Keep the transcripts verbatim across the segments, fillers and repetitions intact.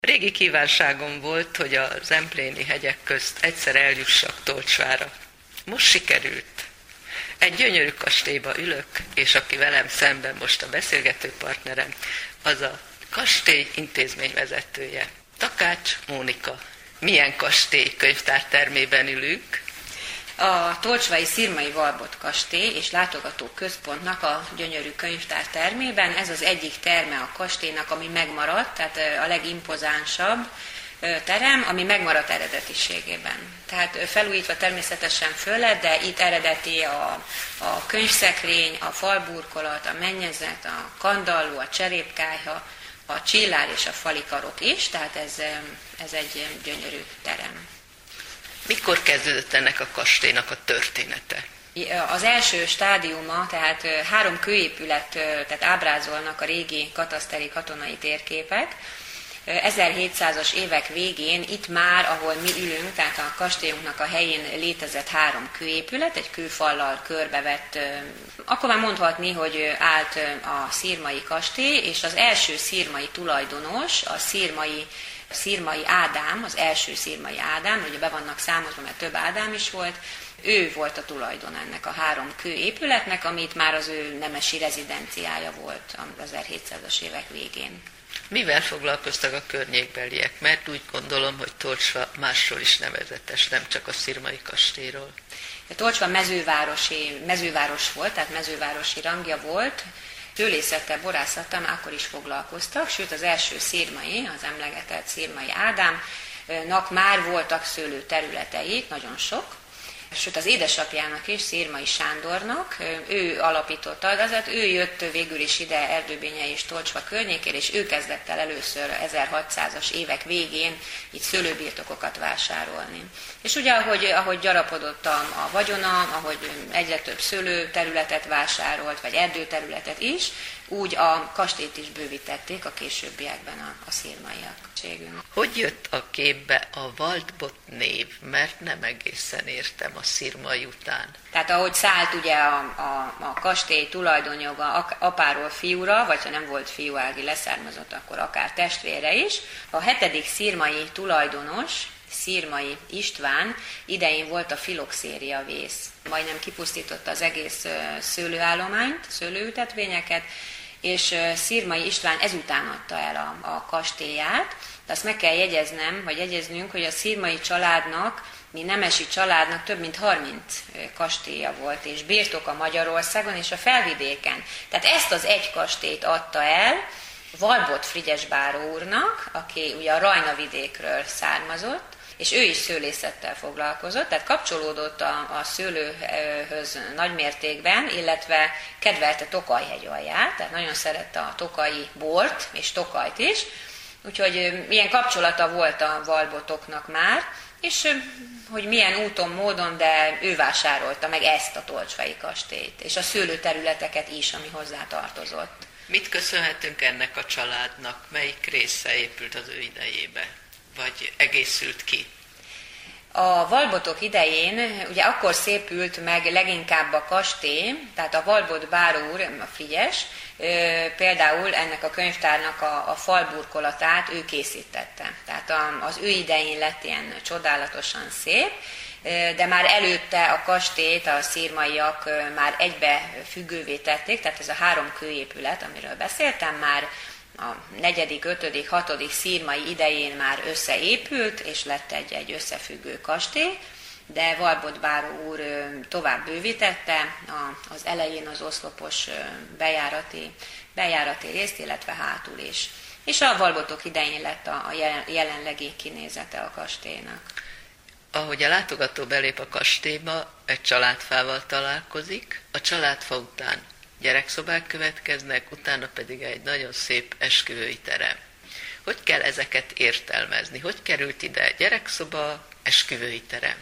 Régi kívánságom volt, hogy a Zempléni hegyek közt egyszer eljussak Tolcsvára. Most sikerült. Egy gyönyörű kastélyba ülök, és aki velem szemben most a beszélgető partnerem, az a kastély intézményvezetője, Takács Mónika. Milyen kastély könyvtártermében ülünk? A tolcsvai Szirmai Walbot kastély és látogató központnak a gyönyörű könyvtár termében. Ez az egyik terme a kastélynak, ami megmaradt, tehát a legimpozánsabb terem, ami megmaradt eredetiségében. Tehát felújítva természetesen föl lett, de itt eredeti a, a könyvszekrény, a falburkolat, a mennyezet, a kandalló, a cserépkályha, a csillár és a falikarok is, tehát ez, ez egy gyönyörű terem. Mikor kezdődött ennek a kastélynak a története? Az első stádiuma, tehát három kőépület, tehát ábrázolnak a régi kataszteri katonai térképek. ezerhétszázas évek végén itt már, ahol mi ülünk, tehát a kastélyunknak a helyén létezett három kőépület, egy kőfallal körbevett, akkor már mondhatni, hogy állt a szirmai kastély, és az első szirmai tulajdonos, a szirmai Szirmai Ádám, az első Szirmai Ádám, ugye be vannak számozva, mert több Ádám is volt, ő volt a tulajdon ennek a három kőépületnek, amit már az ő nemesi rezidenciája volt az ezerhétszázas évek végén. Mivel foglalkoztak a környékbeliek? Mert úgy gondolom, hogy Tolcsva másról is nevezetes, nem csak a szirmai kastélyról. Tolcsva mezővárosi, mezőváros volt, tehát mezővárosi rangja volt, szőlészettel, borászattal akkor is foglalkoztak, sőt az első szirmai, az emlegetett Szirmai Ádámnak már voltak szőlőterületei, nagyon sok, sőt az édesapjának is, Szirmai Sándornak, ő alapította, azért ő jött végül is ide Erdőbénye és Tolcsva környékére, és ő kezdett el először ezerhatszázas évek végén itt szőlőbirtokokat vásárolni. És ugye ahogy, ahogy gyarapodott a, a vagyona, ahogy egyre több szőlőterületet vásárolt, vagy erdőterületet is, úgy a kastélyt is bővítették a későbbiekben a, a szirmaiak. Hogy jött a képbe a Walbot név? Mert nem egészen értem a szirmai után. Tehát ahogy szállt ugye a, a, a kastély tulajdonjoga apáról fiúra, vagy ha nem volt fiúági leszármazott, akkor akár testvére is, a hetedik szirmai tulajdonos, Szirmai István idején volt a filoxéria vész. Majdnem kipusztította az egész szőlőállományt, szőlőültetvényeket, és Szirmai István ezután adta el a, a kastélyát. De azt meg kell jegyeznem, vagy jegyeznünk, hogy a szirmai családnak, mi nemesi családnak több mint harminc kastélya volt, és birtoka Magyarországon és a felvidéken. Tehát ezt az egy kastélyt adta el Walbot Frigyes báró úrnak, aki ugye a Rajna vidékről származott, és ő is szőlészettel foglalkozott, tehát kapcsolódott a, a szőlőhöz nagymértékben, illetve kedvelte Tokaj-hegy alját, tehát nagyon szerette a tokaji bort és Tokajt is, úgyhogy ilyen kapcsolata volt a Walbotoknak már, és hogy milyen úton, módon, de ő vásárolta meg ezt a tolcsvai kastélyt, és a szőlőterületeket is, ami hozzá tartozott. Mit köszönhetünk ennek a családnak? Melyik része épült az ő idejébe? Vagy egészült ki? A Walbotok idején, ugye akkor szépült meg leginkább a kastély, tehát a Walbot báró úr, a Frigyes, például ennek a könyvtárnak a, a falburkolatát ő készítette. Tehát a, az ő idején lett ilyen csodálatosan szép, de már előtte a kastélyt a szirmaiak már egybe függővé tették, tehát ez a három kőépület, amiről beszéltem, már a negyedik, ötödik, hatodik szirmai idején már összeépült, és lett egy, egy összefüggő kastély, de Walbot báró úr tovább bővítette az elején az oszlopos bejárati, bejárati részt, illetve hátul is. És a Walbotok idején lett a jelenlegi kinézete a kastélynak. Ahogy a látogató belép a kastélyba, egy családfával találkozik, a családfa után gyerekszobák következnek, utána pedig egy nagyon szép esküvői terem. Hogy kell ezeket értelmezni? Hogy került ide gyerekszoba, esküvői terem?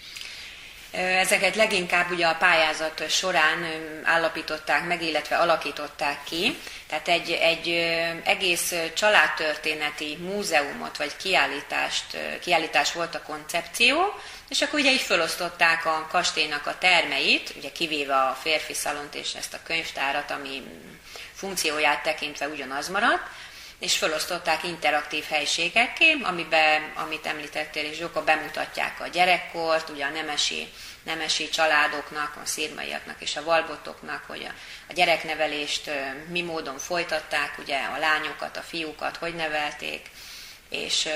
Ezeket leginkább ugye a pályázat során állapították meg, illetve alakították ki. Tehát egy, egy egész családtörténeti múzeumot vagy kiállítást, kiállítás volt a koncepció, és akkor ugye így felosztották a kastélynak a termeit, ugye kivéve a férfi szalont és ezt a könyvtárat, ami funkcióját tekintve ugyanaz maradt, és felosztották interaktív helységekké, amiben, amit említettél is, Zsóka, bemutatják a gyerekkort, ugye a nemesi, nemesi családoknak, a szirmaiaknak és a valbotoknak, hogy a, a gyereknevelést mi módon folytatták, ugye a lányokat, a fiúkat hogy nevelték, és,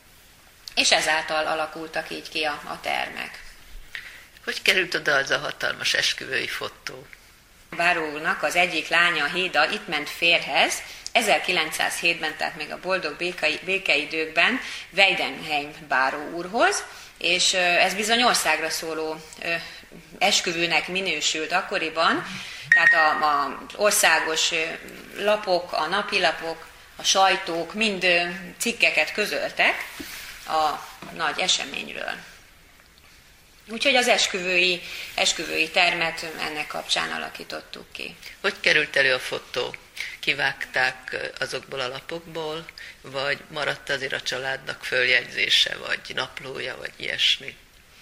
és ezáltal alakultak így ki a, a termek. Hogy került oda az a hatalmas esküvői fotó? Báró úrnak az egyik lánya, Héda, itt ment férhez, ezerkilencszázhétben, tehát még a boldog békai, békeidőkben Weidenheim báró úrhoz, és ez bizony országra szóló esküvőnek minősült akkoriban, tehát az országos lapok, a napilapok, a sajtók mind cikkeket közöltek a nagy eseményről. Úgyhogy az esküvői, esküvői termet ennek kapcsán alakítottuk ki. Hogy került elő a fotó? Kivágták azokból a lapokból, vagy maradt azért a családnak följegyzése, vagy naplója, vagy ilyesmi?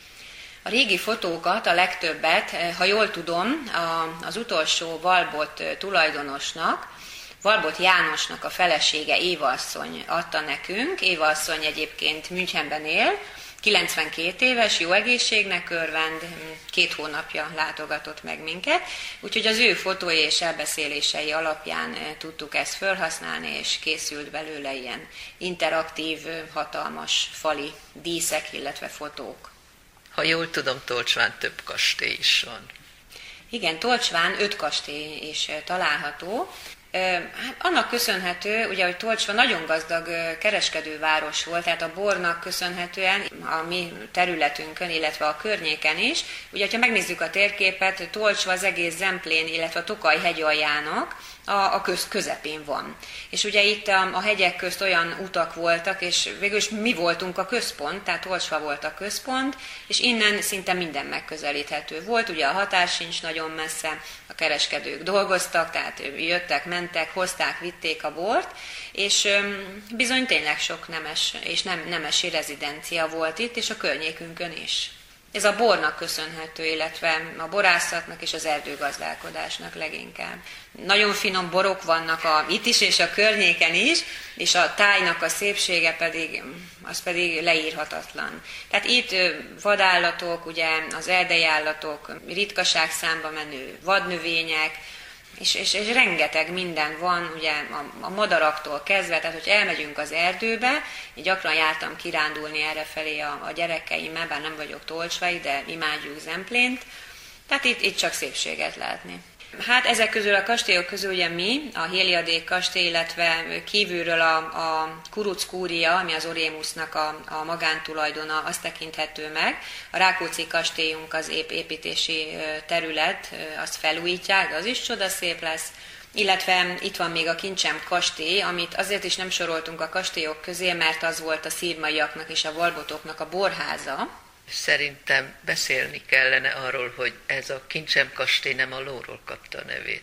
A régi fotókat, a legtöbbet, ha jól tudom, az utolsó Valbot tulajdonosnak, Valbot Jánosnak a felesége, Éva asszony adta nekünk. Éva asszony egyébként Münchenben él, kilencvenkét éves, jó egészségnek örvend, két hónapja látogatott meg minket, úgyhogy az ő fotói és elbeszélései alapján tudtuk ezt felhasználni, és készült belőle ilyen interaktív, hatalmas fali díszek, illetve fotók. Ha jól tudom, Tolcsván több kastély is van. Igen, Tolcsván öt kastély is található. Hát annak köszönhető, ugye, hogy Tolcsva nagyon gazdag kereskedőváros volt, tehát a bornak köszönhetően a mi területünkön, illetve a környéken is. Ugye, ha megnézzük a térképet, Tolcsva az egész Zemplén, illetve a Tokaj hegyaljának a, a köz, közepén van. És ugye itt a, a hegyek közt olyan utak voltak, és végül is mi voltunk a központ, tehát Tolcsva volt a központ, és innen szinte minden megközelíthető volt. Ugye a határ sincs nagyon messze, a kereskedők dolgoztak, tehát jöttek, mentek, hozták, vitték a bort, és bizony tényleg sok nemes és nem, nemesi rezidencia volt itt, és a környékünkön is. Ez a bornak köszönhető, illetve a borászatnak és az erdőgazdálkodásnak leginkább. Nagyon finom borok vannak a, itt is és a környéken is, és a tájnak a szépsége pedig, az pedig leírhatatlan. Tehát itt vadállatok, ugye az erdeiállatok, ritkaság számba menő vadnövények, És, és, és rengeteg minden van, ugye a, a madaraktól kezdve, tehát hogy elmegyünk az erdőbe, én gyakran jártam kirándulni errefelé a, a gyerekeimmel, bár nem vagyok tolcsvai, de imádjuk Zemplént, tehát itt, itt csak szépséget látni. Hát ezek közül a kastélyok közül ugye mi, a Héliadék kastély, illetve kívülről a, a Kuruc kúria, ami az Orémusnak a, a magántulajdona, azt tekinthető meg. A Rákóczi kastélyunk az ép, építési terület, azt felújítják, az is csodaszép lesz. Illetve itt van még a Kincsem kastély, amit azért is nem soroltunk a kastélyok közé, mert az volt a szirmaiaknak és a valbotoknak a borháza. Szerintem beszélni kellene arról, hogy ez a Kincsem kastély nem a lóról kapta a nevét.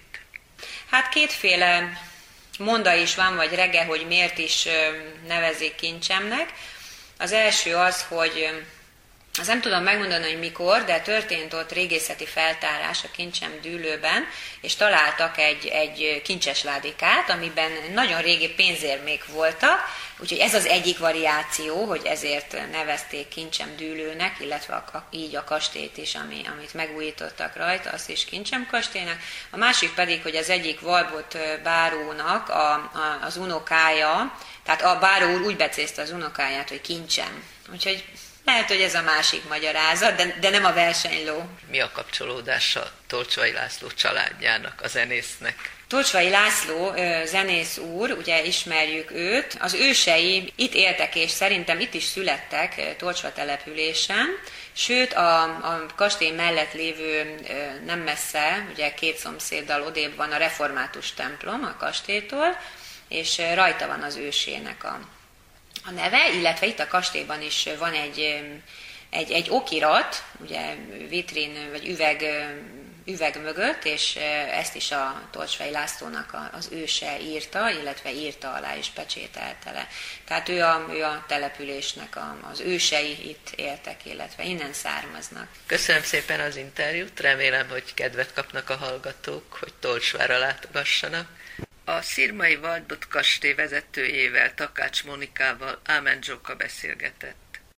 Hát kétféle monda is van, vagy rege, hogy miért is nevezik Kincsemnek. Az első az, hogy azt nem tudom megmondani, hogy mikor, de történt ott régészeti feltárás a Kincsem dűlőben, és találtak egy, egy kincsesládikát, amiben nagyon régi pénzérmék voltak, úgyhogy ez az egyik variáció, hogy ezért nevezték Kincsem dűlőnek, illetve a, így a kastélyt is, ami, amit megújítottak rajta, azt is Kincsem kastélynak. A másik pedig, hogy az egyik Valbot bárónak a, a, az unokája, tehát a báró úr úgy becézte az unokáját, hogy Kincsem. Úgyhogy lehet, hogy ez a másik magyarázat, de, de nem a versenyló. Mi a kapcsolódása Tolcsvai László családjának, a zenésznek? Tolcsvai László zenész úr, ugye ismerjük őt, az ősei itt éltek, és szerintem itt is születtek Tolcsva településen, sőt a, a kastély mellett lévő nem messze, ugye két szomszéddal odébb van a református templom a kastélytól, és rajta van az ősének a a neve, illetve itt a kastélyban is van egy, egy, egy okirat, ugye vitrin vagy üveg, üveg mögött, és ezt is a Tolcsvai Lászlónak az őse írta, illetve írta alá és pecsételte le. Tehát ő a, ő a településnek a, az ősei itt éltek, illetve innen származnak. Köszönöm szépen az interjút, remélem, hogy kedvet kapnak a hallgatók, hogy Tolcsvára látogassanak. A szirmai Waldbott kastély vezetőjével, Takács Monikával Ámen Zsoka beszélgetett.